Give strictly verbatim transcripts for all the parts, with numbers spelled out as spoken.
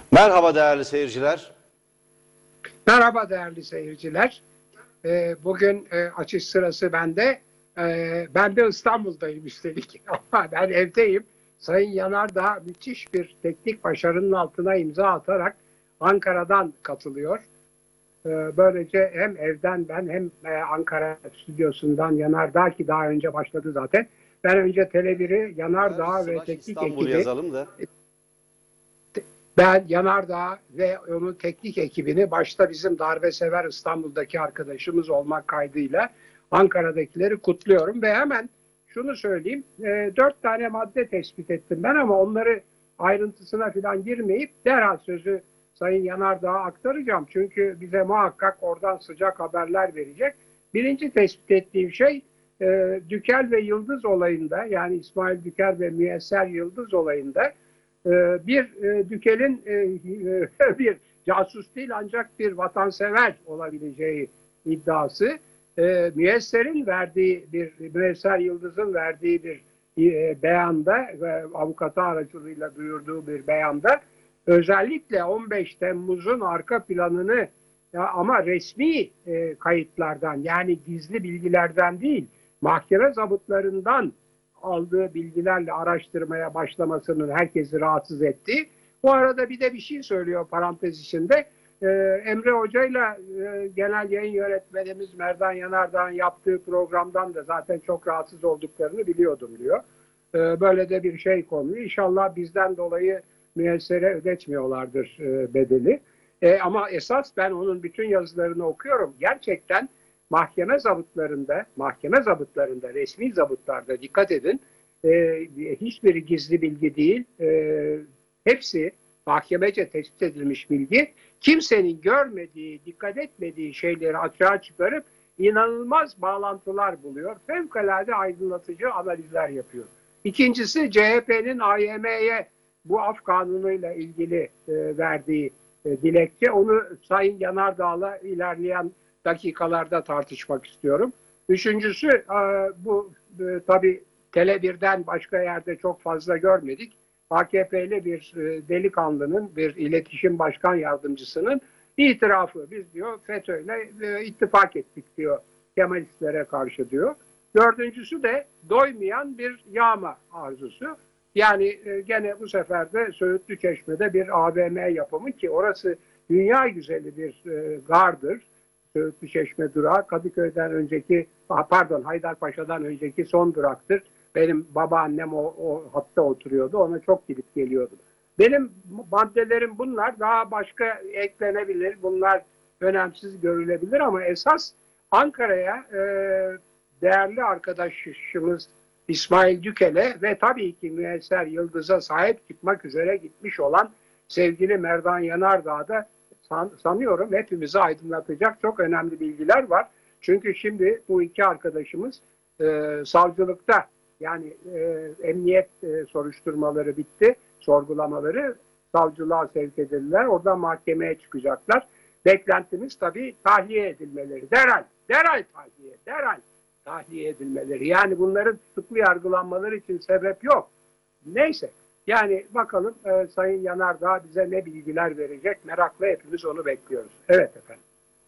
Merhaba değerli seyirciler. Merhaba değerli seyirciler. Ee, bugün e, açış sırası bende. Ee, ben de İstanbul'dayım üstelik. Ama ben evdeyim. Sayın Yanardağ müthiş bir teknik başarının altına imza atarak Ankara'dan katılıyor. Ee, böylece hem evden ben hem e, Ankara stüdyosundan Yanardağ, ki daha önce başladı zaten. Ben önce Tele biri, Yanardağ ve Slash teknik İstanbul ekibi yazalım da. Ben Yanardağ ve onun teknik ekibini, başta bizim darbesever İstanbul'daki arkadaşımız olmak kaydıyla Ankara'dakileri kutluyorum ve hemen şunu söyleyeyim. E, dört tane madde tespit ettim ben ama onları ayrıntısına falan girmeyip derhal sözü Sayın Yanardağ'a aktaracağım. Çünkü bize muhakkak oradan sıcak haberler verecek. Birinci tespit ettiğim şey e, Dükel ve Yıldız olayında, yani İsmail Dükel ve Müyesser Yıldız olayında bir e, Dükel'in e, bir casus değil ancak bir vatansever olabileceği iddiası, e, Müyesser'in verdiği bir Müyesser Yıldız'ın verdiği bir e, beyanda ve avukatı aracılığıyla duyurduğu bir beyanda özellikle on beş Temmuz'un arka planını, ya ama resmi e, kayıtlardan, yani gizli bilgilerden değil, mahkeme zabıtlarından aldığı bilgilerle araştırmaya başlamasının herkesi rahatsız etti. Bu arada bir de bir şey söylüyor parantez içinde. Ee, Emre Hoca ile genel yayın yönetmenimiz Merdan Yanardağ'ın yaptığı programdan da zaten çok rahatsız olduklarını biliyordum diyor. Ee, böyle de bir şey konuyor. İnşallah bizden dolayı müessere ödetmiyorlardır e, bedeli. E, ama esas ben onun bütün yazılarını okuyorum. Gerçekten mahkeme zabıtlarında, mahkeme zabıtlarında, resmi zabıtlarda dikkat edin, e, hiçbiri gizli bilgi değil, e, hepsi mahkemece tespit edilmiş bilgi. Kimsenin görmediği, dikkat etmediği şeyleri açığa çıkarıp inanılmaz bağlantılar buluyor. Fevkalade aydınlatıcı analizler yapıyor. İkincisi, C H P'nin A Y M'ye bu af kanunuyla ilgili e, verdiği e, dilekçe. Onu Sayın Yanardağ'la ilerleyen dakikalarda tartışmak istiyorum. Üçüncüsü, bu tabii Tele birden başka yerde çok fazla görmedik. A K P'li bir delikanlının, bir iletişim başkan yardımcısının itirafı. Biz diyor FETÖ'yle ittifak ettik diyor, Kemalistlere karşı diyor. Dördüncüsü de doymayan bir yağma arzusu. Yani gene bu sefer de Söğütlü Çeşme'de bir A V M yapımı, ki orası dünya güzeli bir gardır. Söğütlü Çeşme durağı Kadıköy'den önceki, pardon Haydarpaşa'dan önceki son duraktır. Benim babaannem o, o hatta oturuyordu. Ona çok gidip geliyordum. Benim maddelerim bunlar. Daha başka eklenebilir. Bunlar önemsiz görülebilir ama esas Ankara'ya e, değerli arkadaşımız İsmail Dükel'e ve tabii ki Müyesser Yıldız'a sahip çıkmak üzere gitmiş olan sevgili Merdan Yanardağ'da san, sanıyorum hepimizi aydınlatacak çok önemli bilgiler var. Çünkü şimdi bu iki arkadaşımız e, savcılıkta, yani e, emniyet e, soruşturmaları bitti, sorgulamaları savcılığa sevk edildiler. Oradan mahkemeye çıkacaklar. Beklentimiz tabii tahliye edilmeleri. Derhal, derhal tahliye, derhal tahliye edilmeleri. Yani bunların tutuklu yargılanmaları için sebep yok. Neyse. Yani bakalım e, Sayın Yanardağ bize ne bilgiler verecek, merakla hepimiz onu bekliyoruz. Evet efendim.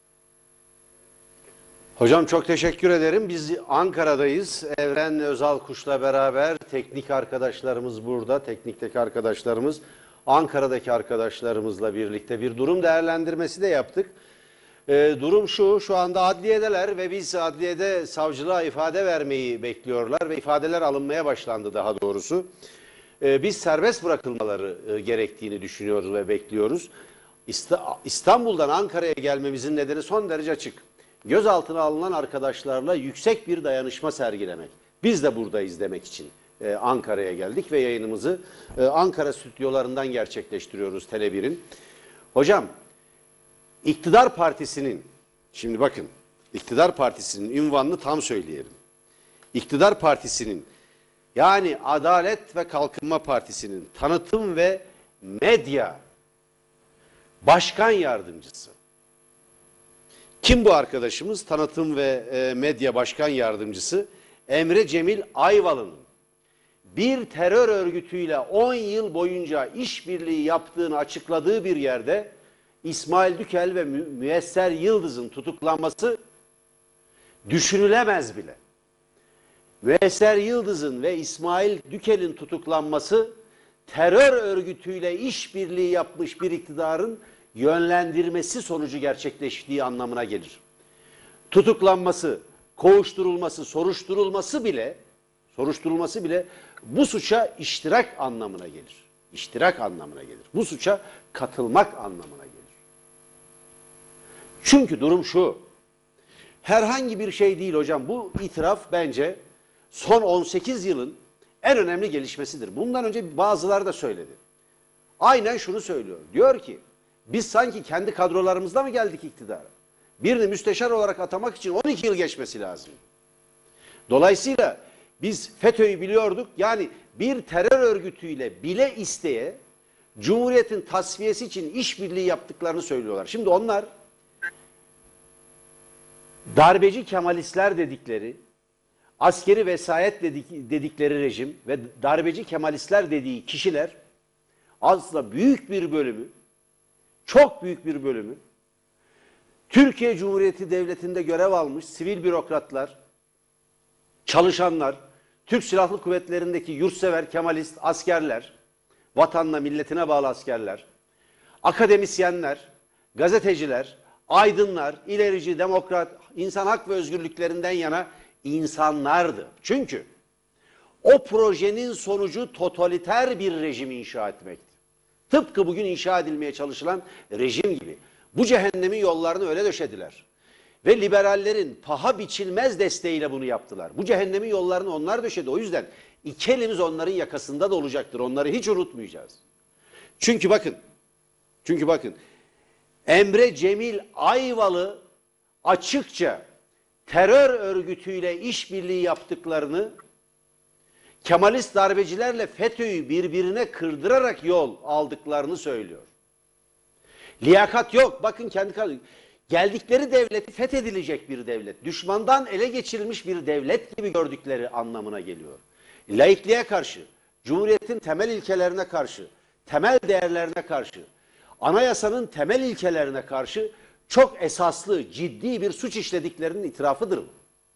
Hocam çok teşekkür ederim. Biz Ankara'dayız. Evren Özalkuş'la beraber teknik arkadaşlarımız burada, teknikteki arkadaşlarımız, Ankara'daki arkadaşlarımızla birlikte bir durum değerlendirmesi de yaptık. E, durum şu, şu anda adliyedeler ve biz adliyede savcılığa ifade vermeyi bekliyorlar ve ifadeler alınmaya başlandı daha doğrusu. Biz serbest bırakılmaları gerektiğini düşünüyoruz ve bekliyoruz. İstanbul'dan Ankara'ya gelmemizin nedeni son derece açık. Gözaltına alınan arkadaşlarla yüksek bir dayanışma sergilemek. Biz de buradayız demek için Ankara'ya geldik ve yayınımızı Ankara stüdyolarından gerçekleştiriyoruz Tele bir'in. Hocam, İktidar Partisi'nin, şimdi bakın, İktidar Partisi'nin ünvanını tam söyleyelim. İktidar Partisi'nin, yani Adalet ve Kalkınma Partisi'nin tanıtım ve medya başkan yardımcısı. Kim bu arkadaşımız? Tanıtım ve e, medya başkan yardımcısı Emre Cemil Ayvalı'nın bir terör örgütüyle on yıl boyunca işbirliği yaptığını açıkladığı bir yerde İsmail Dükel ve Mü Müyesser Yıldız'ın tutuklanması düşünülemez bile. Müyesser Yıldız'ın ve İsmail Dükel'in tutuklanması terör örgütüyle işbirliği yapmış bir iktidarın yönlendirmesi sonucu gerçekleştiği anlamına gelir. Tutuklanması, kovuşturulması, soruşturulması bile soruşturulması bile bu suça iştirak anlamına gelir. İştirak anlamına gelir. Bu suça katılmak anlamına gelir. Çünkü durum şu. Herhangi bir şey değil hocam. Bu itiraf bence son on sekiz yılın en önemli gelişmesidir. Bundan önce bazıları da söyledi. Aynen şunu söylüyor. Diyor ki biz sanki kendi kadrolarımızda mı geldik iktidara? Birini müsteşar olarak atamak için on iki yıl geçmesi lazım. Dolayısıyla biz FETÖ'yü biliyorduk. Yani bir terör örgütüyle bile isteye Cumhuriyet'in tasfiyesi için işbirliği yaptıklarını söylüyorlar. Şimdi onlar darbeci Kemalistler dedikleri, askeri vesayet dedik, dedikleri rejim ve darbeci Kemalistler dediği kişiler aslında büyük bir bölümü, çok büyük bir bölümü Türkiye Cumhuriyeti Devleti'nde görev almış sivil bürokratlar, çalışanlar, Türk Silahlı Kuvvetleri'ndeki yurtsever Kemalist askerler, vatanına milletine bağlı askerler, akademisyenler, gazeteciler, aydınlar, ilerici, demokrat, insan hak ve özgürlüklerinden yana insanlardı. Çünkü o projenin sonucu totaliter bir rejim inşa etmekti. Tıpkı bugün inşa edilmeye çalışılan rejim gibi. Bu cehennemin yollarını öyle döşediler. Ve liberallerin paha biçilmez desteğiyle bunu yaptılar. Bu cehennemin yollarını onlar döşedi. O yüzden iki elimiz onların yakasında da olacaktır. Onları hiç unutmayacağız. Çünkü bakın, çünkü bakın, Emre Cemil Ayvalı açıkça terör örgütüyle işbirliği yaptıklarını, Kemalist darbecilerle FETÖ'yü birbirine kırdırarak yol aldıklarını söylüyor. Liyakat yok. Bakın kendi geldikleri devleti fethedilecek bir devlet, düşmandan ele geçirilmiş bir devlet gibi gördükleri anlamına geliyor. Laikliğe karşı, Cumhuriyet'in temel ilkelerine karşı, temel değerlerine karşı, anayasanın temel ilkelerine karşı çok esaslı, ciddi bir suç işlediklerinin itirafıdır bu.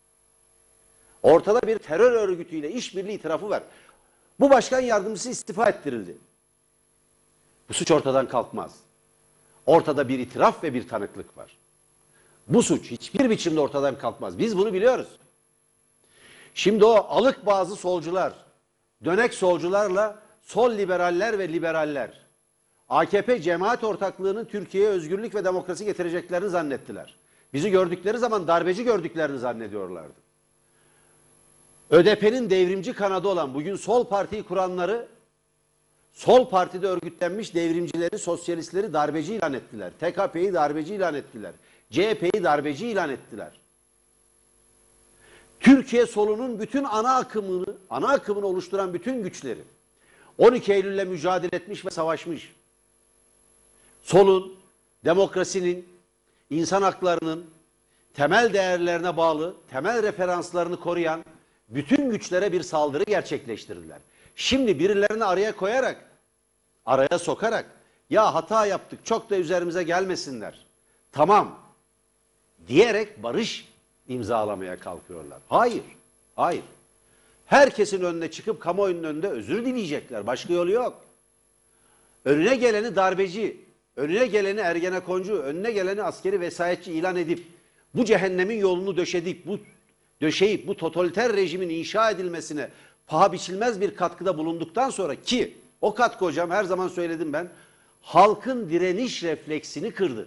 Ortada bir terör örgütüyle işbirliği itirafı var. Bu başkan yardımcısı istifa ettirildi. Bu suç ortadan kalkmaz. Ortada bir itiraf ve bir tanıklık var. Bu suç hiçbir biçimde ortadan kalkmaz. Biz bunu biliyoruz. Şimdi o alık bazı solcular, dönek solcularla sol liberaller ve liberaller, A K P cemaat ortaklığının Türkiye'ye özgürlük ve demokrasi getireceklerini zannettiler. Bizi gördükleri zaman darbeci gördüklerini zannediyorlardı. ÖDP'nin devrimci kanadı olan bugün sol partiyi kuranları, sol partide örgütlenmiş devrimcileri, sosyalistleri darbeci ilan ettiler. T K P'yi darbeci ilan ettiler. C H P'yi darbeci ilan ettiler. Türkiye solunun bütün ana akımını, ana akımını oluşturan bütün güçleri on iki Eylül'le mücadele etmiş ve savaşmış. Solun, demokrasinin, insan haklarının temel değerlerine bağlı, temel referanslarını koruyan bütün güçlere bir saldırı gerçekleştirdiler. Şimdi birilerini araya koyarak, araya sokarak, ya hata yaptık çok da üzerimize gelmesinler, tamam diyerek barış imzalamaya kalkıyorlar. Hayır, hayır. Herkesin önüne çıkıp kamuoyunun önünde özür dileyecekler. Başka yolu yok. Önüne geleni darbeci, önüne geleni Ergenekoncu, önüne geleni askeri vesayetçi ilan edip bu cehennemin yolunu döşedip, bu döşeyip bu totaliter rejimin inşa edilmesine paha biçilmez bir katkıda bulunduktan sonra, ki o katkı hocam her zaman söyledim ben, halkın direniş refleksini kırdı.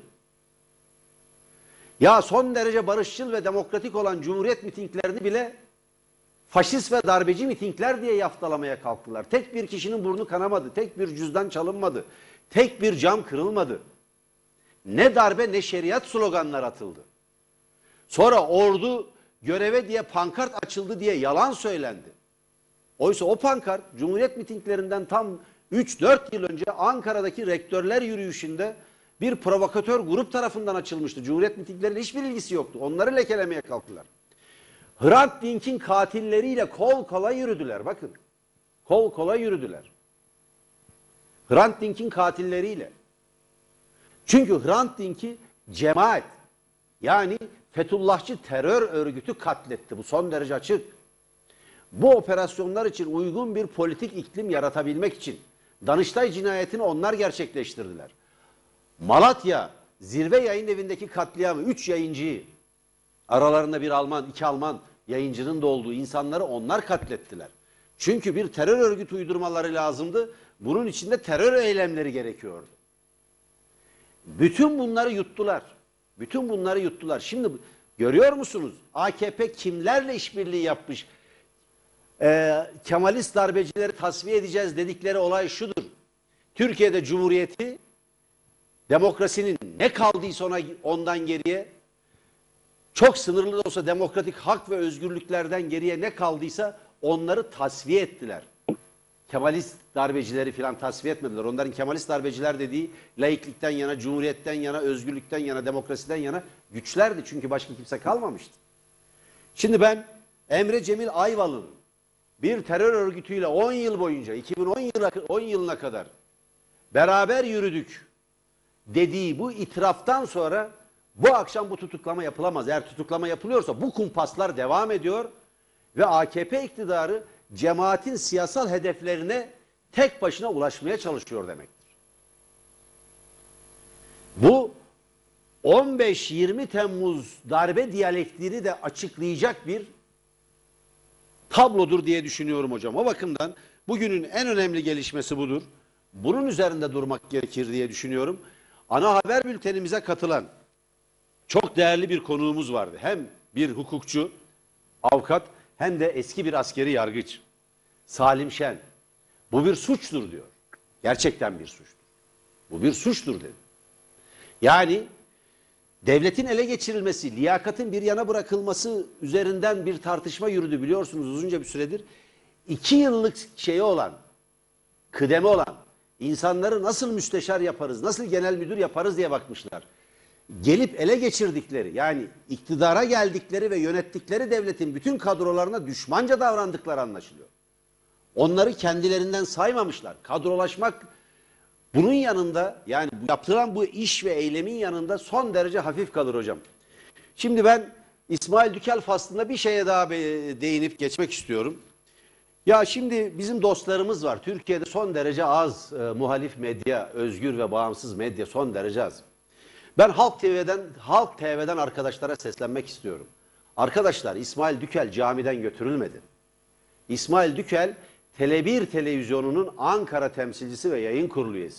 Ya son derece barışçıl ve demokratik olan Cumhuriyet mitinglerini bile faşist ve darbeci mitingler diye yaftalamaya kalktılar. Tek bir kişinin burnu kanamadı, tek bir cüzdan çalınmadı, tek bir cam kırılmadı. Ne darbe ne şeriat sloganlar atıldı. Sonra ordu göreve diye pankart açıldı diye yalan söylendi. Oysa o pankart Cumhuriyet mitinglerinden tam üç dört yıl önce Ankara'daki rektörler yürüyüşünde bir provokatör grup tarafından açılmıştı. Cumhuriyet mitingleriyle hiçbir ilgisi yoktu. Onları lekelemeye kalktılar. Hrant Dink'in katilleriyle kol kola yürüdüler bakın. kol kola yürüdüler. Hrant Dink'in katilleriyle. Çünkü Hrant Dink'i cemaat, yani Fethullahçı terör örgütü katletti. Bu son derece açık. Bu operasyonlar için uygun bir politik iklim yaratabilmek için Danıştay cinayetini onlar gerçekleştirdiler. Malatya Zirve Yayın Evi'ndeki katliamı, üç yayıncıyı, aralarında bir Alman, iki Alman yayıncının da olduğu insanları onlar katlettiler. Çünkü bir terör örgütü uydurmaları lazımdı. Bunun için de terör eylemleri gerekiyordu. Bütün bunları yuttular. Bütün bunları yuttular. Şimdi görüyor musunuz? A K P kimlerle işbirliği yapmış? Ee, Kemalist darbecileri tasfiye edeceğiz dedikleri olay şudur. Türkiye'de Cumhuriyeti, demokrasinin ne kaldıysa ona, ondan geriye, çok sınırlı da olsa demokratik hak ve özgürlüklerden geriye ne kaldıysa onları tasfiye ettiler. Kemalist darbecileri filan tasfiye etmediler. Onların Kemalist darbeciler dediği laiklikten yana, cumhuriyetten yana, özgürlükten yana, demokrasiden yana güçlerdi. Çünkü başka kimse kalmamıştı. Şimdi ben Emre Cemil Ayvalı'nın bir terör örgütüyle on yıl boyunca, iki bin on yılına, on yılına kadar beraber yürüdük dediği bu itiraftan sonra bu akşam bu tutuklama yapılamaz. Eğer tutuklama yapılıyorsa bu kumpaslar devam ediyor ve A K P iktidarı cemaatin siyasal hedeflerine tek başına ulaşmaya çalışıyor demektir. Bu on beş yirmi Temmuz darbe diyalektiğini de açıklayacak bir tablodur diye düşünüyorum hocam. O bakımdan bugünün en önemli gelişmesi budur. Bunun üzerinde durmak gerekir diye düşünüyorum. Ana haber bültenimize katılan çok değerli bir konuğumuz vardı. Hem bir hukukçu, avukat, hem de eski bir askeri yargıç. Salim Şen. Bu bir suçtur diyor. Gerçekten bir suçtur. Bu bir suçtur dedi. Yani devletin ele geçirilmesi, liyakatın bir yana bırakılması üzerinden bir tartışma yürüdü biliyorsunuz uzunca bir süredir. İki yıllık şeyi olan, kıdemi olan, insanları nasıl müsteşar yaparız, nasıl genel müdür yaparız diye bakmışlar. Gelip ele geçirdikleri, yani iktidara geldikleri ve yönettikleri devletin bütün kadrolarına düşmanca davrandıkları anlaşılıyor. Onları kendilerinden saymamışlar. Kadrolaşmak bunun yanında, yani yapılan bu iş ve eylemin yanında son derece hafif kalır hocam. Şimdi ben İsmail Dükel faslında bir şeye daha değinip geçmek istiyorum. Ya şimdi bizim dostlarımız var. Türkiye'de son derece az e, muhalif medya, özgür ve bağımsız medya son derece az. Ben Halk T V'den Halk T V'den arkadaşlara seslenmek istiyorum. Arkadaşlar, İsmail Dükel camiden götürülmedi. İsmail Dükel Tele bir televizyonunun Ankara temsilcisi ve yayın kurulu üyesi.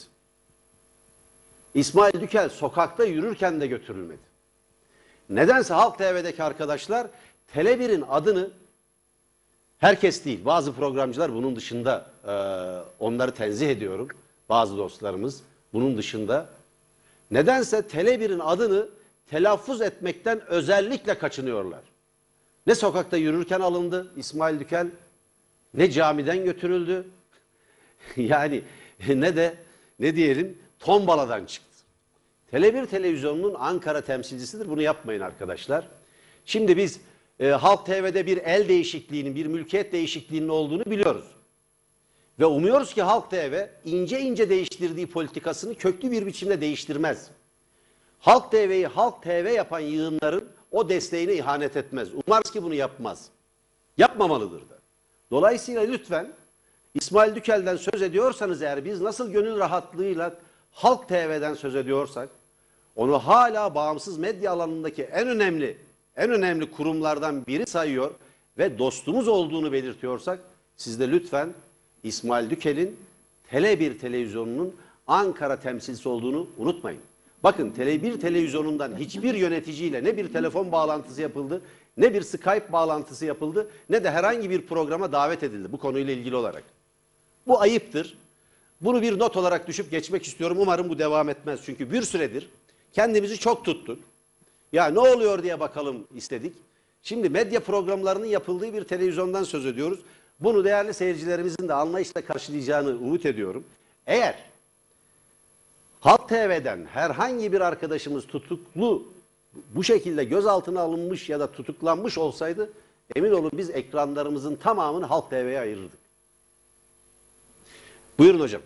İsmail Dükel sokakta yürürken de götürülmedi. Nedense Halk T V'deki arkadaşlar Tele bir'in adını, herkes değil, bazı programcılar bunun dışında, e, onları tenzih ediyorum, bazı dostlarımız bunun dışında, nedense Tele bir'in adını telaffuz etmekten özellikle kaçınıyorlar. Ne sokakta yürürken alındı İsmail Dükel, ne camiden götürüldü, yani ne de ne diyelim tombaladan çıktı. Tele bir televizyonunun Ankara temsilcisidir, bunu yapmayın arkadaşlar. Şimdi biz e, Halk T V'de bir el değişikliğinin, bir mülkiyet değişikliğinin olduğunu biliyoruz. Ve umuyoruz ki Halk T V ince ince değiştirdiği politikasını köklü bir biçimde değiştirmez. Halk T V'yi Halk T V yapan yığınların o desteğine ihanet etmez. Umarız ki bunu yapmaz. Yapmamalıdır da. Dolayısıyla lütfen İsmail Dükel'den söz ediyorsanız eğer, biz nasıl gönül rahatlığıyla Halk T V'den söz ediyorsak, onu hala bağımsız medya alanındaki en önemli en önemli kurumlardan biri sayıyor ve dostumuz olduğunu belirtiyorsak, siz de lütfen İsmail Dükel'in Tele bir televizyonunun Ankara temsilcisi olduğunu unutmayın. Bakın, Tele bir televizyonundan hiçbir yöneticiyle ne bir telefon bağlantısı yapıldı, ne bir Skype bağlantısı yapıldı, ne de herhangi bir programa davet edildi bu konuyla ilgili olarak. Bu ayıptır. Bunu bir not olarak düşüp geçmek istiyorum. Umarım bu devam etmez. Çünkü bir süredir kendimizi çok tuttuk. Ya ne oluyor diye bakalım istedik. Şimdi medya programlarının yapıldığı bir televizyondan söz ediyoruz. Bunu değerli seyircilerimizin de anlayışla karşılayacağını umut ediyorum. Eğer Halk T V'den herhangi bir arkadaşımız tutuklu, bu şekilde gözaltına alınmış ya da tutuklanmış olsaydı, emin olun biz ekranlarımızın tamamını Halk T V'ye ayırırdık. Buyurun hocam.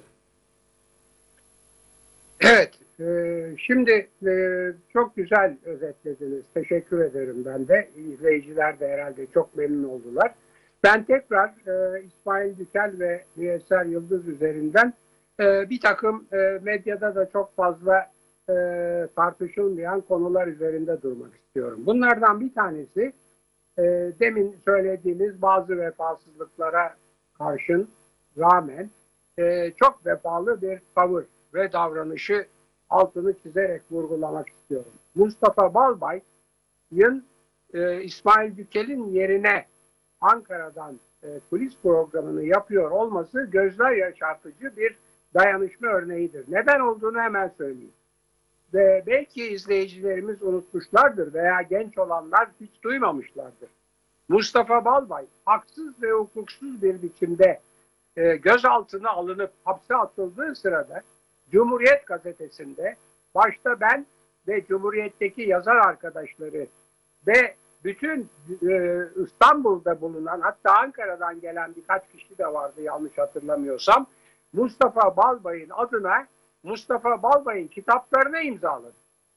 Evet, e, şimdi e, çok güzel özetlediniz. Teşekkür ederim ben de. İzleyiciler de herhalde çok memnun oldular. Ben tekrar e, İsmail Dükel ve Müyesser Yıldız üzerinden e, bir takım e, medyada da çok fazla e, tartışılmayan konular üzerinde durmak istiyorum. Bunlardan bir tanesi e, demin söylediğiniz bazı vefasızlıklara karşın rağmen e, çok vefalı bir tavır ve davranışı altını çizerek vurgulamak istiyorum. Mustafa Balbay'ın e, İsmail Dükel'in yerine Ankara'dan e, polis programını yapıyor olması gözler yaşartıcı bir dayanışma örneğidir. Neden olduğunu hemen söyleyeyim. Ve belki izleyicilerimiz unutmuşlardır veya genç olanlar hiç duymamışlardır. Mustafa Balbay haksız ve hukuksuz bir biçimde e, gözaltına alınıp hapse atıldığı sırada Cumhuriyet Gazetesi'nde başta ben ve Cumhuriyet'teki yazar arkadaşları ve bütün e, İstanbul'da bulunan, hatta Ankara'dan gelen birkaç kişi de vardı yanlış hatırlamıyorsam, Mustafa Balbay'ın adına Mustafa Balbay'ın kitaplarına imzaladı.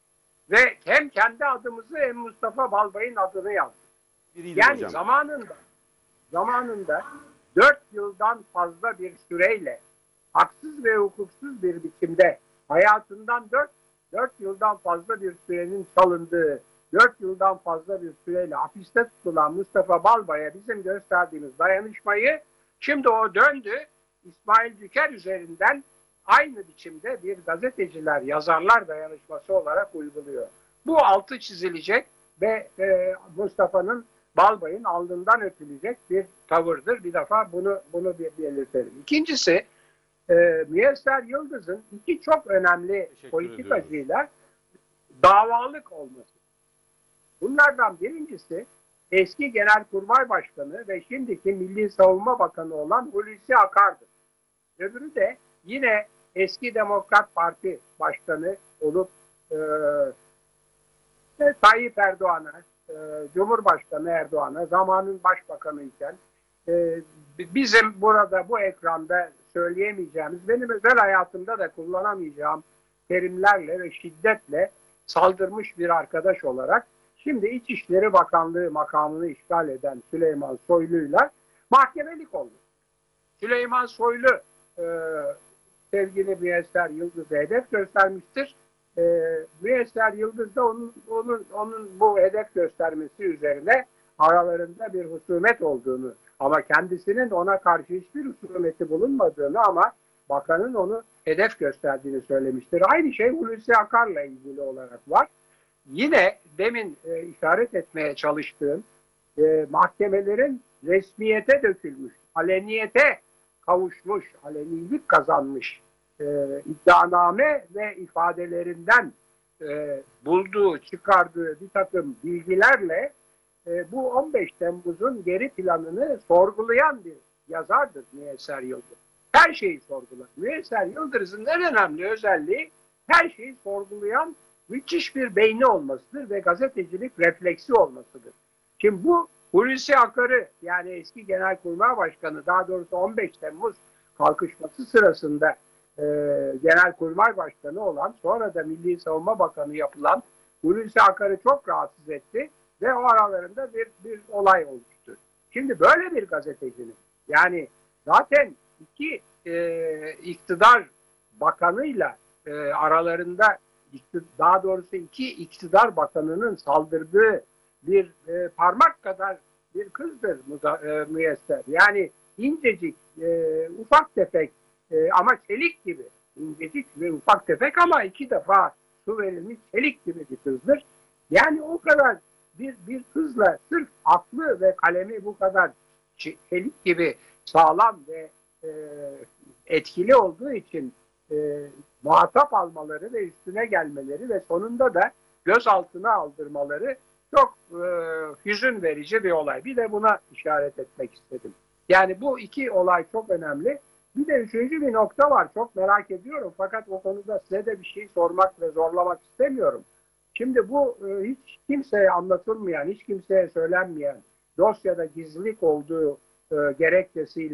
Ve hem kendi adımızı hem Mustafa Balbay'ın adını yazdı. Yani hocam, zamanında zamanında dört yıldan fazla bir süreyle haksız ve hukuksuz bir biçimde hayatından dört, dört yıldan fazla bir sürenin çalındığı, dört yıldan fazla bir süreyle hapiste tutulan Mustafa Balbay'a bizim gösterdiğimiz dayanışmayı şimdi o döndü İsmail Düker üzerinden aynı biçimde bir gazeteciler, yazarlar dayanışması olarak uyguluyor. Bu altı çizilecek ve e, Mustafa'nın Balbay'ın alnından öpülecek bir tavırdır. Bir defa bunu bunu bir belirtelim. İkincisi, e, Müyesser Yıldız'ın iki çok önemli politikacıyla davalık olması. Bunlardan birincisi eski Genelkurmay Başkanı ve şimdiki Milli Savunma Bakanı olan Hulusi Akar'dır. Öbürü de yine eski Demokrat Parti Başkanı olup e, Tayyip Erdoğan'a, e, Cumhurbaşkanı Erdoğan'a zamanın başbakanı iken e, bizim burada bu ekranda söyleyemeyeceğimiz, benim özel hayatımda da kullanamayacağım terimlerle ve şiddetle saldırmış bir arkadaş olarak şimdi İçişleri Bakanlığı makamını işgal eden Süleyman Soylu'yla mahkemelik oldu. Süleyman Soylu e, sevgili Müyesser Yıldız'a hedef göstermiştir. E, Müyesser Yıldız da onun, onun, onun bu hedef göstermesi üzerine aralarında bir husumet olduğunu ama kendisinin ona karşı hiçbir husumeti bulunmadığını ama bakanın onu hedef gösterdiğini söylemiştir. Aynı şey Hulusi Akar'la ilgili olarak var. Yine demin e, işaret etmeye çalıştığım e, mahkemelerin resmiyete dökülmüş, aleniyete kavuşmuş, alenilik kazanmış e, iddianame ve ifadelerinden e, bulduğu, çıkardığı bir takım bilgilerle e, bu on beş Temmuz'un geri planını sorgulayan bir yazardır Müyesser Yıldız. Her şeyi sorgular. Müyesser Yıldız'ın en önemli özelliği her şeyi sorgulayan müthiş bir beyni olmasıdır ve gazetecilik refleksi olmasıdır. Şimdi bu Hulusi Akar'ı, yani eski Genelkurmay Başkanı, daha doğrusu on beş Temmuz kalkışması sırasında e, Genelkurmay Başkanı olan, sonra da Milli Savunma Bakanı yapılan Hulusi Akar'ı çok rahatsız etti ve o aralarında bir, bir olay oluştu. Şimdi böyle bir gazetecinin, yani zaten iki e, iktidar bakanıyla e, aralarında, daha doğrusu iki iktidar bakanının saldırdığı bir e, parmak kadar bir kızdır e, Müyesser. Yani incecik, e, ufak tefek e, ama çelik gibi. İncecik ve ufak tefek ama iki defa su verilmiş çelik gibi bir kızdır. Yani o kadar bir, bir kızla sırf aklı ve kalemi bu kadar çelik gibi sağlam ve e, etkili olduğu için e, muhatap almaları ve üstüne gelmeleri ve sonunda da gözaltına aldırmaları çok e, hüzün verici bir olay. Bir de buna işaret etmek istedim. Yani bu iki olay çok önemli. Bir de üçüncü bir nokta var. Çok merak ediyorum. Fakat o konuda size de bir şey sormak ve zorlamak istemiyorum. Şimdi bu e, hiç kimseye anlatılmayan, hiç kimseye söylenmeyen, dosyada gizlilik olduğu e, gerekçesiyle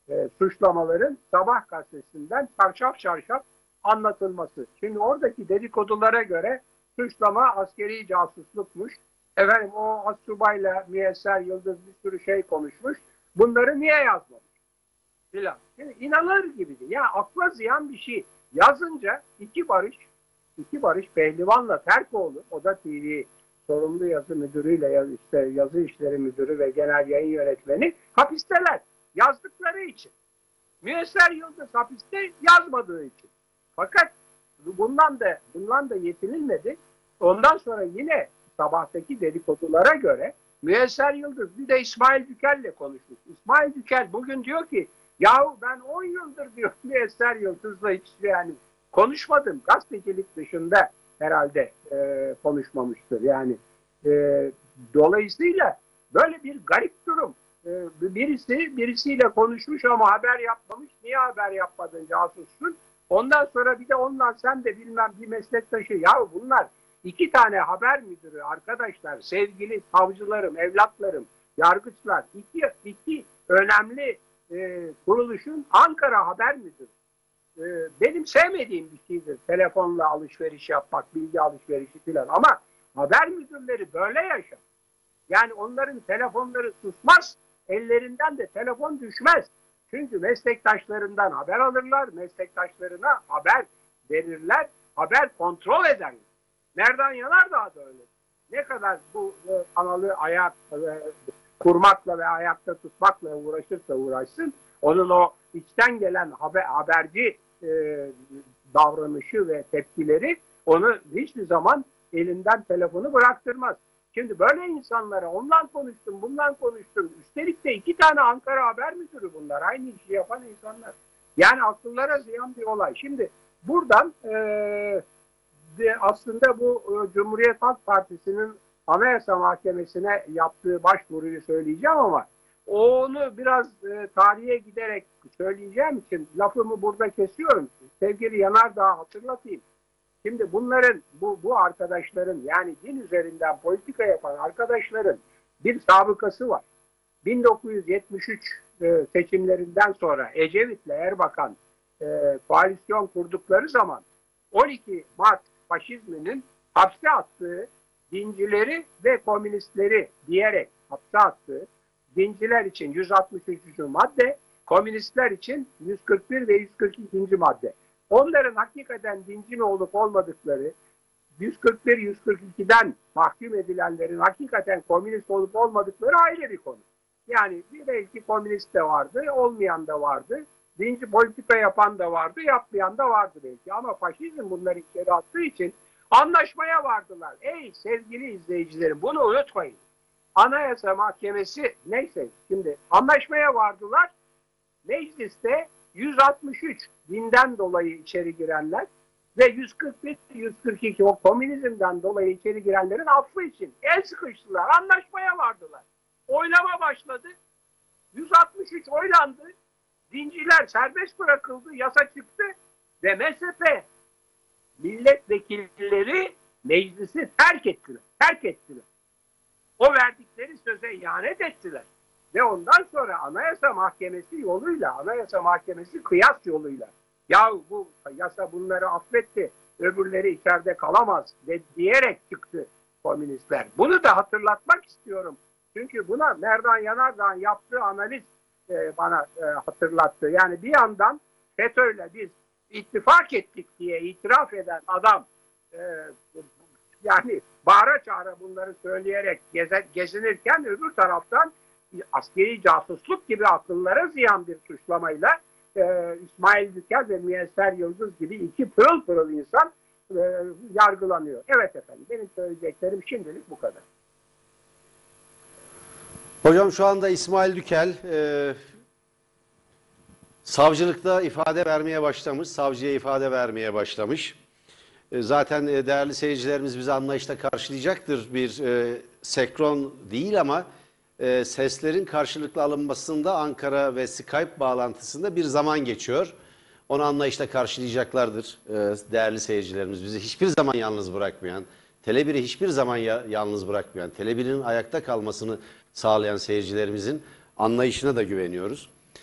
e, suçlamaların Sabah gazetesinden çarşaf çarşaf anlatılması. Şimdi oradaki dedikodulara göre suçlama askeri casuslukmuş. Efendim o astsubayla Müyesser Yıldız bir sürü şey konuşmuş. Bunları niye yazmamış? Filan. Yani inanılır gibi değil. Yani akla ziyan bir şey. Yazınca iki Barış, iki Barış Pehlivan'la Terkoğlu, o da T V sorumlu yazı müdürüyle işte yazı işleri müdürü ve genel yayın yönetmeni hapisteler. Yazdıkları için. Müyesser Yıldız hapiste yazmadığı için. Fakat bundan da bundan da yetinilmedi. Ondan sonra yine sabahtaki dedikodulara göre Müyesser Yıldız bir de İsmail Dükel'le konuşmuş. İsmail Dükel bugün diyor ki yahu ben on yıldır diyor Müyesser Yıldız'la hiç yani konuşmadım. Gazetecilik dışında herhalde e, konuşmamıştır. Yani e, dolayısıyla böyle bir garip durum. E, birisi birisiyle konuşmuş ama haber yapmamış. Niye haber yapmadın casussun? Ondan sonra bir de ondan sen de bilmem bir meslektaşı. Ya bunlar iki tane haber müdürü arkadaşlar, sevgili savcılarım, evlatlarım, yargıçlar. İki, iki önemli e, kuruluşun Ankara Haber Müdürü. E, benim sevmediğim bir şeydir telefonla alışveriş yapmak, bilgi alışverişi falan. Ama haber müdürleri böyle yaşar. Yani onların telefonları susmaz, ellerinden de telefon düşmez. Çünkü meslektaşlarından haber alırlar, meslektaşlarına haber verirler, haber kontrol ederler. Merdan Yanardağ da öyle. Ne kadar bu e, kanalı ayak e, kurmakla ve ayakta tutmakla uğraşırsa uğraşsın, onun o içten gelen haber, haberci e, davranışı ve tepkileri onu hiçbir zaman elinden telefonu bıraktırmaz. Şimdi böyle insanlara ondan konuştum, bundan konuştum. Üstelik de iki tane Ankara Haber Müdürü bunlar. Aynı işi yapan insanlar. Yani akıllara ziyan bir olay. Şimdi buradan e, de aslında bu e, Cumhuriyet Halk Partisi'nin Anayasa Mahkemesi'ne yaptığı başvuruyu söyleyeceğim ama onu biraz e, tarihe giderek söyleyeceğim için lafımı burada kesiyorum. Sevgili Yanardağ'ı hatırlatayım. Şimdi bunların, bu, bu arkadaşların yani din üzerinden politika yapan arkadaşların bir sabıkası var. bin dokuz yüz yetmiş üç e, seçimlerinden sonra Ecevit'le Erbakan e, koalisyon kurdukları zaman on iki Mart faşizminin hapse attığı dincileri ve komünistleri diyerek hapse attığı dinciler için yüz altmış üçüncü madde, komünistler için yüz kırk bir ve yüz kırk ikinci madde. Onların hakikaten dinci mi olup olmadıkları, yüz kırk bir yüz kırk ikiden mahkum edilenlerin hakikaten komünist olup olmadıkları ayrı bir konu. Yani belki komünist de vardı, olmayan da vardı. Dinci politika yapan da vardı, yapmayan da vardı belki. Ama faşizm bunları içeri attığı için anlaşmaya vardılar. Ey sevgili izleyicilerim, bunu unutmayın. Anayasa Mahkemesi neyse şimdi anlaşmaya vardılar. Mecliste yüz altmış üç dinden dolayı içeri girenler ve yüz kırk bir yüz kırk iki o komünizmden dolayı içeri girenlerin affı için el sıkıştılar. Anlaşmaya vardılar. Oylama başladı. yüz altmış üç oylandı. Dinciler serbest bırakıldı. Yasa çıktı. Ve M S P milletvekilleri meclisi terk ettiler. Terk ettiler. O verdikleri söze ihanet ettiler. Ve ondan sonra Anayasa Mahkemesi yoluyla, Anayasa Mahkemesi kıyas yoluyla ya bu yasa bunları affetti, öbürleri içeride kalamaz de, diyerek çıktı komünistler. Bunu da hatırlatmak istiyorum. Çünkü buna Merdan Yanardağ'ın yaptığı analiz e, bana e, hatırlattı. Yani bir yandan FETÖ'yle biz ittifak ettik diye itiraf eden adam e, yani bağıra çağıra bunları söyleyerek geze, gezinirken öbür taraftan askeri casusluk gibi akıllara ziyan bir suçlamayla e, İsmail Dükel ve Müyesser Yıldız gibi iki pırıl pırıl insan e, yargılanıyor. Evet efendim, benim söyleyeceklerim şimdilik bu kadar. Hocam şu anda İsmail Dükel e, savcılıkta ifade vermeye başlamış, savcıya ifade vermeye başlamış. E, zaten e, değerli seyircilerimiz bizi anlayışla karşılayacaktır. Bir e, senkron değil ama e, seslerin karşılıklı alınmasında Ankara ve Skype bağlantısında bir zaman geçiyor. Onu anlayışla karşılayacaklardır e, değerli seyircilerimiz. Bizi hiçbir zaman yalnız bırakmayan, Tele bir'i hiçbir zaman ya, yalnız bırakmayan, Tele bir'in ayakta kalmasını sağlayan seyircilerimizin anlayışına da güveniyoruz.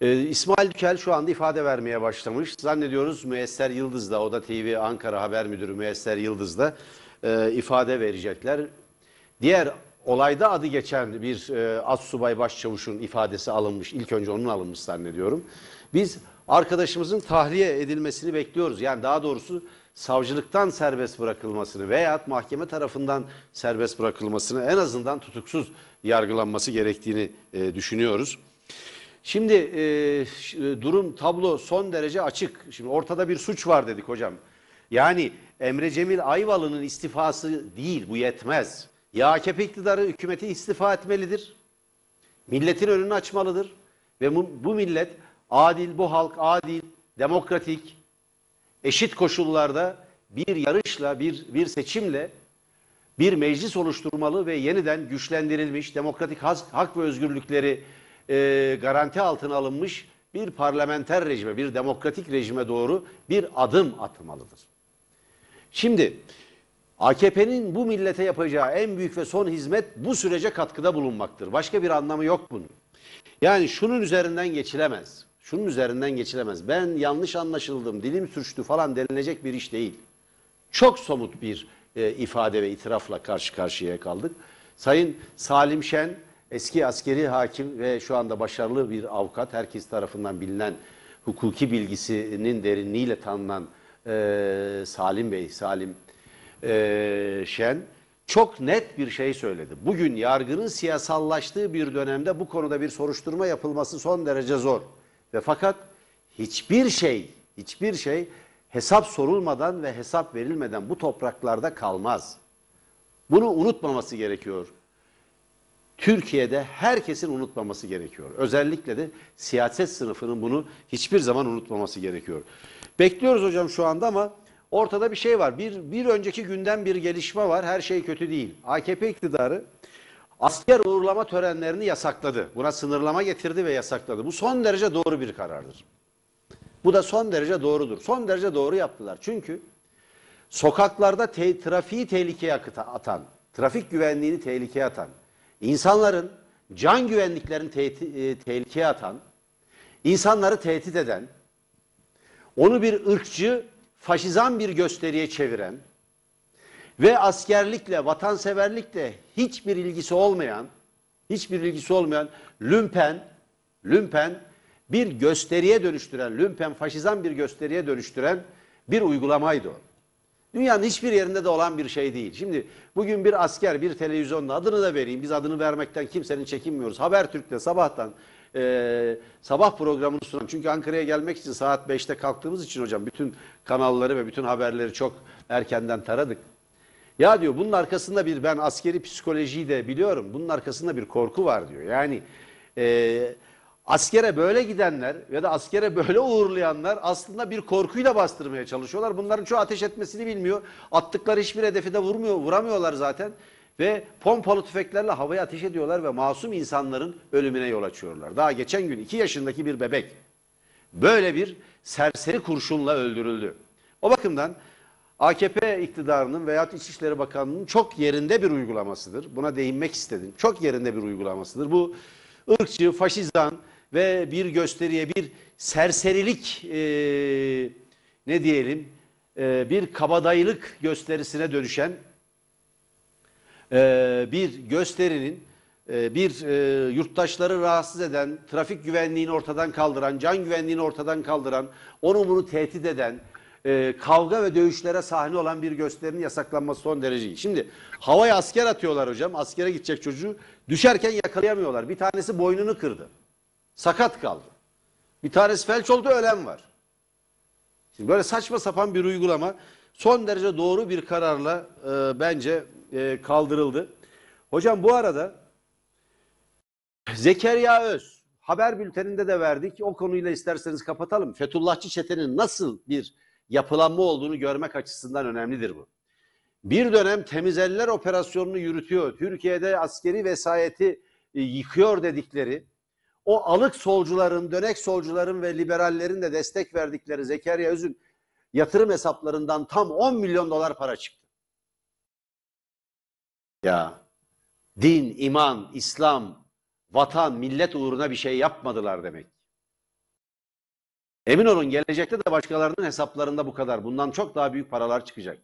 Ee, İsmail Dükel şu anda ifade vermeye başlamış. Zannediyoruz Müyesser Yıldız da, Oda T V Ankara Haber Müdürü Müyesser Yıldız da e, ifade verecekler. Diğer olayda adı geçen bir e, Astsubay Başçavuş'un ifadesi alınmış. İlk önce onun alınmış zannediyorum. Biz arkadaşımızın tahliye edilmesini bekliyoruz. Yani daha doğrusu savcılıktan serbest bırakılmasını veya mahkeme tarafından serbest bırakılmasını, en azından tutuksuz yargılanması gerektiğini e, düşünüyoruz. Şimdi e, durum, tablo son derece açık. Şimdi ortada bir suç var dedik hocam. Yani Emre Cemil Ayvalı'nın istifası değil, bu yetmez. Ya A K P iktidarı hükümeti istifa etmelidir. Milletin önünü açmalıdır. Ve bu, bu millet adil, bu halk adil, demokratik, eşit koşullarda bir yarışla, bir, bir seçimle bir meclis oluşturmalı ve yeniden güçlendirilmiş, demokratik hak, hak ve özgürlükleri e, garanti altına alınmış bir parlamenter rejime, bir demokratik rejime doğru bir adım atmalıdır. Şimdi A K P'nin bu millete yapacağı en büyük ve son hizmet bu sürece katkıda bulunmaktır. Başka bir anlamı yok bunun. Yani şunun üzerinden geçilemez. Şunun üzerinden geçilemez. Ben yanlış anlaşıldım, dilim sürçtü falan denilecek bir iş değil. Çok somut bir e, ifade ve itirafla karşı karşıya kaldık. Sayın Salim Şen, eski askeri hakim ve şu anda başarılı bir avukat, herkes tarafından bilinen, hukuki bilgisinin derinliğiyle tanınan e, Salim Bey, Salim e, Şen çok net bir şey söyledi. Bugün yargının siyasallaştığı bir dönemde bu konuda bir soruşturma yapılması son derece zor. Ve fakat hiçbir şey, hiçbir şey hesap sorulmadan ve hesap verilmeden bu topraklarda kalmaz. Bunu unutmaması gerekiyor. Türkiye'de herkesin unutmaması gerekiyor. Özellikle de siyaset sınıfının bunu hiçbir zaman unutmaması gerekiyor. Bekliyoruz hocam şu anda ama ortada bir şey var. Bir, bir önceki günden bir gelişme var. Her şey kötü değil. A K P iktidarı asker uğurlama törenlerini yasakladı. Buna sınırlama getirdi ve yasakladı. Bu son derece doğru bir karardır. Bu da son derece doğrudur. Son derece doğru yaptılar. Çünkü sokaklarda te trafiği tehlikeye atan, trafik güvenliğini tehlikeye atan, insanların can güvenliklerini te e, tehlikeye atan, insanları tehdit eden, onu bir ırkçı, faşizan bir gösteriye çeviren ve askerlikle, vatanseverlikle hiçbir ilgisi olmayan, hiçbir ilgisi olmayan lümpen, lümpen bir gösteriye dönüştüren, lümpen, faşizan bir gösteriye dönüştüren bir uygulamaydı o. Dünyanın hiçbir yerinde de olan bir şey değil. Şimdi bugün bir asker bir televizyonda, adını da vereyim, biz adını vermekten kimsenin çekinmiyoruz. Habertürk'te sabahtan e, sabah programını sunan, çünkü Ankara'ya gelmek için saat beşte kalktığımız için hocam bütün kanalları ve bütün haberleri çok erkenden taradık. Ya diyor, bunun arkasında bir, ben askeri psikolojiyi de biliyorum, bunun arkasında bir korku var diyor. Yani e, askere böyle gidenler ya da askere böyle uğurlayanlar aslında bir korkuyu da bastırmaya çalışıyorlar. Bunların çoğu ateş etmesini bilmiyor. Attıkları hiçbir hedefi de vurmuyor, vuramıyorlar zaten. Ve pompalı tüfeklerle havaya ateş ediyorlar ve masum insanların ölümüne yol açıyorlar. Daha geçen gün iki yaşındaki bir bebek böyle bir serseri kurşunla öldürüldü. O bakımdan A K P iktidarının veya İçişleri Bakanlığı'nın çok yerinde bir uygulamasıdır. Buna değinmek istedim. Çok yerinde bir uygulamasıdır. Bu ırkçı, faşizan ve bir gösteriye, bir serserilik, e, ne diyelim, e, bir kabadayılık gösterisine dönüşen e, bir gösterinin, e, bir e, yurttaşları rahatsız eden, trafik güvenliğini ortadan kaldıran, can güvenliğini ortadan kaldıran, onu bunu tehdit eden, e, kavga ve dövüşlere sahne olan bir gösterinin yasaklanması son derece iyi. Şimdi havaya asker atıyorlar hocam, askere gidecek çocuğu, düşerken yakalayamıyorlar. Bir tanesi boynunu kırdı. Sakat kaldı. Bir tanesi felç oldu, ölen var. Şimdi böyle saçma sapan bir uygulama son derece doğru bir kararla e, bence e, kaldırıldı. Hocam bu arada Zekeriya Öz haber bülteninde de verdik. O konuyla isterseniz kapatalım. Fethullahçı çetenin nasıl bir yapılanma olduğunu görmek açısından önemlidir bu. Bir dönem temiz eller operasyonunu yürütüyor. Türkiye'de askeri vesayeti e, yıkıyor dedikleri, o alık solcuların, dönek solcuların ve liberallerin de destek verdikleri Zekeriya Öz'ün yatırım hesaplarından tam on milyon dolar para çıktı. Ya din, iman, İslam, vatan, millet uğruna bir şey yapmadılar demek. Emin olun gelecekte de başkalarının hesaplarında bu kadar. Bundan çok daha büyük paralar çıkacak.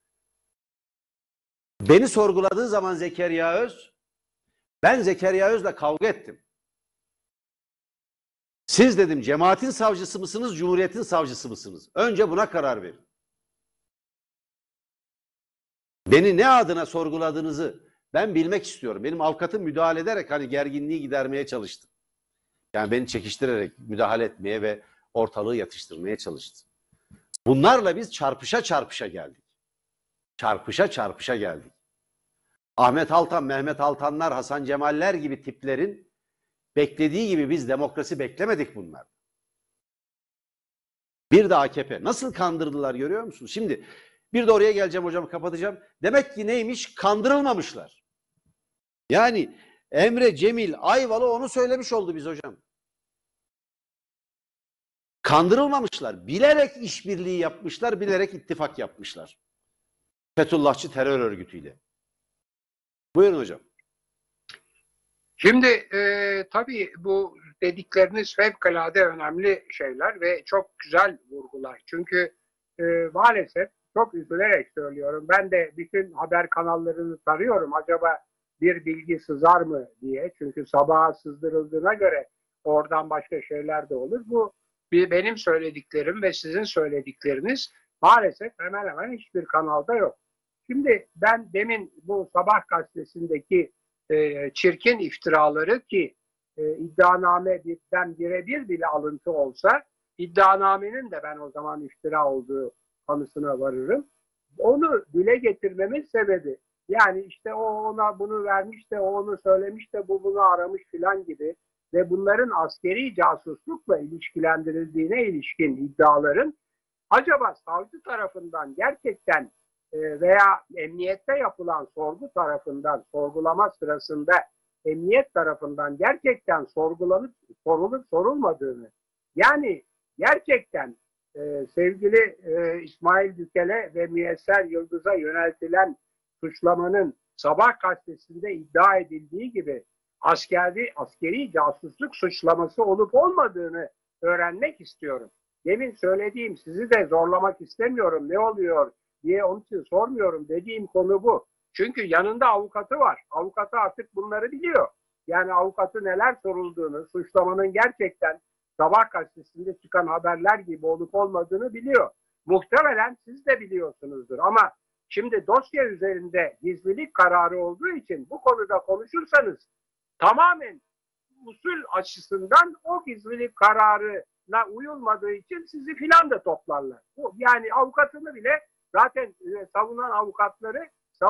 Beni sorguladığı zaman Zekeriya Öz, ben Zekeriya Öz'le kavga ettim. Siz dedim cemaatin savcısı mısınız, cumhuriyetin savcısı mısınız? Önce buna karar verin. Beni ne adına sorguladığınızı ben bilmek istiyorum. Benim avukatım müdahale ederek hani gerginliği gidermeye çalıştı. Yani beni çekiştirerek müdahale etmeye ve ortalığı yatıştırmaya çalıştı. Bunlarla biz çarpışa çarpışa geldik. Çarpışa çarpışa geldik. Ahmet Altan, Mehmet Altanlar, Hasan Cemaller gibi tiplerin beklediği gibi biz demokrasi beklemedik bunlar. Bir de A K P. Nasıl kandırdılar görüyor musunuz? Şimdi bir de oraya geleceğim hocam, kapatacağım. Demek ki neymiş? Kandırılmamışlar. Yani Emre Cemil Ayvalı onu söylemiş oldu biz hocam. Kandırılmamışlar. Bilerek işbirliği yapmışlar, bilerek ittifak yapmışlar. Fethullahçı terör örgütüyle. Buyurun hocam. Şimdi e, tabii bu dedikleriniz fevkalade önemli şeyler ve çok güzel vurgular. Çünkü e, maalesef çok üzülerek söylüyorum. Ben de bütün haber kanallarını tarıyorum. Acaba bir bilgi sızar mı diye. Çünkü sabaha sızdırıldığına göre oradan başka şeyler de olur. Bu bir benim söylediklerim ve sizin söyledikleriniz maalesef hemen hemen hiçbir kanalda yok. Şimdi ben demin bu Sabah gazetesindeki e, çirkin iftiraları ki e, iddianame birden birebir bile alıntı olsa iddianamenin de ben o zaman iftira olduğu kanısına varırım. Onu dile getirmemin sebebi yani işte o ona bunu vermiş de o onu söylemiş de bu bunu aramış filan gibi ve bunların askeri casuslukla ilişkilendirildiğine ilişkin iddiaların acaba savcı tarafından gerçekten veya emniyette yapılan sorgu tarafından, sorgulama sırasında emniyet tarafından gerçekten sorgulanıp sorulup sorulmadığını, yani gerçekten e, sevgili e, İsmail Dükel'e ve Müyesser Yıldız'a yöneltilen suçlamanın Sabah gazetesinde iddia edildiği gibi askeri, askeri casusluk suçlaması olup olmadığını öğrenmek istiyorum. Demin söylediğim, sizi de zorlamak istemiyorum, ne oluyor diye onun için sormuyorum dediğim konu bu. Çünkü yanında avukatı var. Avukatı artık bunları biliyor. Yani avukatı neler sorulduğunu, suçlamanın gerçekten Sabah gazetesinde çıkan haberler gibi olup olmadığını biliyor. Muhtemelen siz de biliyorsunuzdur ama şimdi dosya üzerinde gizlilik kararı olduğu için bu konuda konuşursanız tamamen usul açısından o gizlilik kararına uyulmadığı için sizi filan da toplarlar. Yani avukatını bile zaten savunan avukatları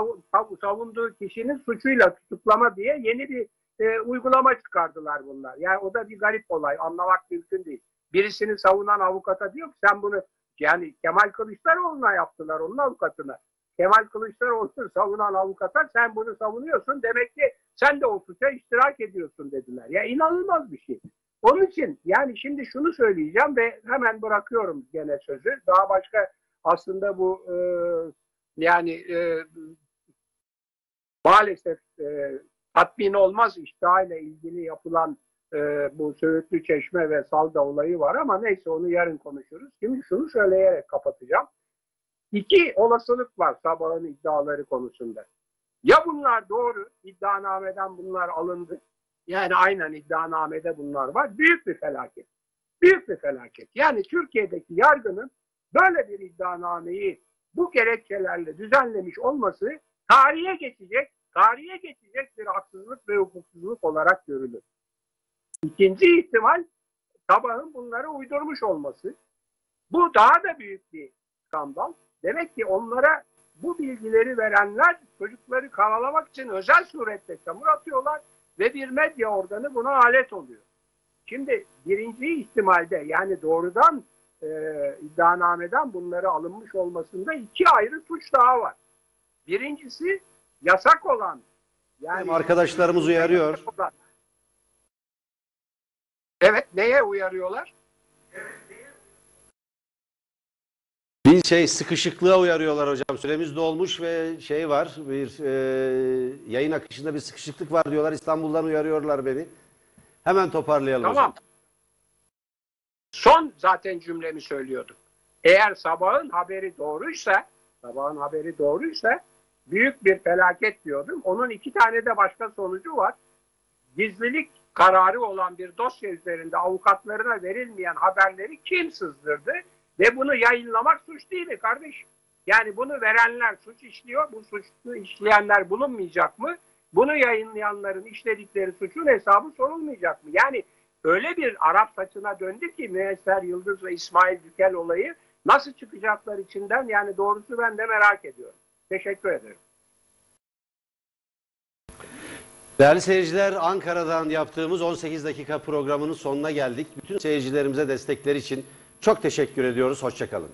savunduğu kişinin suçuyla tutuklama diye yeni bir e, uygulama çıkardılar bunlar. Yani o da bir garip olay. Anlamak mümkün değil. Birisini savunan avukata diyor ki sen bunu yani Kemal Kılıçdaroğlu'na yaptılar onun avukatına. Kemal Kılıçdaroğlu'nu savunan avukata sen bunu savunuyorsun demek ki sen de o suça iştirak ediyorsun dediler. Ya inanılmaz bir şey. Onun için yani şimdi şunu söyleyeceğim ve hemen bırakıyorum gene sözü. Daha başka aslında bu e, yani e, maalesef e, tatmin olmaz iştahıyla ilgili yapılan e, bu Söğütlü Çeşme ve Salda olayı var ama neyse onu yarın konuşuruz. Şimdi şunu söyleyerek kapatacağım. İki olasılık var Sabah'ın iddiaları konusunda. Ya bunlar doğru, iddianameden bunlar alındı. Yani aynen iddianamede bunlar var. Büyük bir felaket. Büyük bir felaket. Yani Türkiye'deki yargının böyle bir iddianameyi bu gerekçelerle düzenlemiş olması tarihe geçecek, tarihe geçecek bir haksızlık ve hukuksuzluk olarak görülür. İkinci ihtimal Sabah'ın bunları uydurmuş olması. Bu daha da büyük bir skandal. Demek ki onlara bu bilgileri verenler çocukları karalamak için özel surette çamur atıyorlar ve bir medya organı buna alet oluyor. Şimdi birinci ihtimalde yani doğrudan e, iddianameden bunları alınmış olmasında iki ayrı suç daha var. Birincisi yasak olan yani Benim arkadaşlarımız uyarıyor. Olan, evet neye uyarıyorlar? Bir şey sıkışıklığa uyarıyorlar hocam. Süremiz dolmuş ve şey var. Bir e, yayın akışında bir sıkışıklık var diyorlar. İstanbul'dan uyarıyorlar beni. Hemen toparlayalım Tamam. hocam. Son zaten cümlemi söylüyordum. Eğer sabahın haberi doğruysa, sabahın haberi doğruysa büyük bir felaket diyordum. Onun iki tane de başka sonucu var. Gizlilik kararı olan bir dosya üzerinde avukatlarına verilmeyen haberleri kim sızdırdı? Ve bunu yayınlamak suç değil mi kardeşim? Yani bunu verenler suç işliyor, bu suçlu işleyenler bulunmayacak mı? Bunu yayınlayanların işledikleri suçun hesabı sorulmayacak mı? Yani öyle bir Arap saçına döndü ki Müyesser Yıldız ve İsmail Bükel olayı, nasıl çıkacaklar içinden, yani doğrusu ben de merak ediyorum. Teşekkür ederim. Değerli seyirciler, Ankara'dan yaptığımız on sekiz dakika programının sonuna geldik. Bütün seyircilerimize destekleri için çok teşekkür ediyoruz. Hoşça kalın.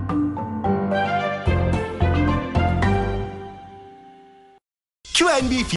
Q N B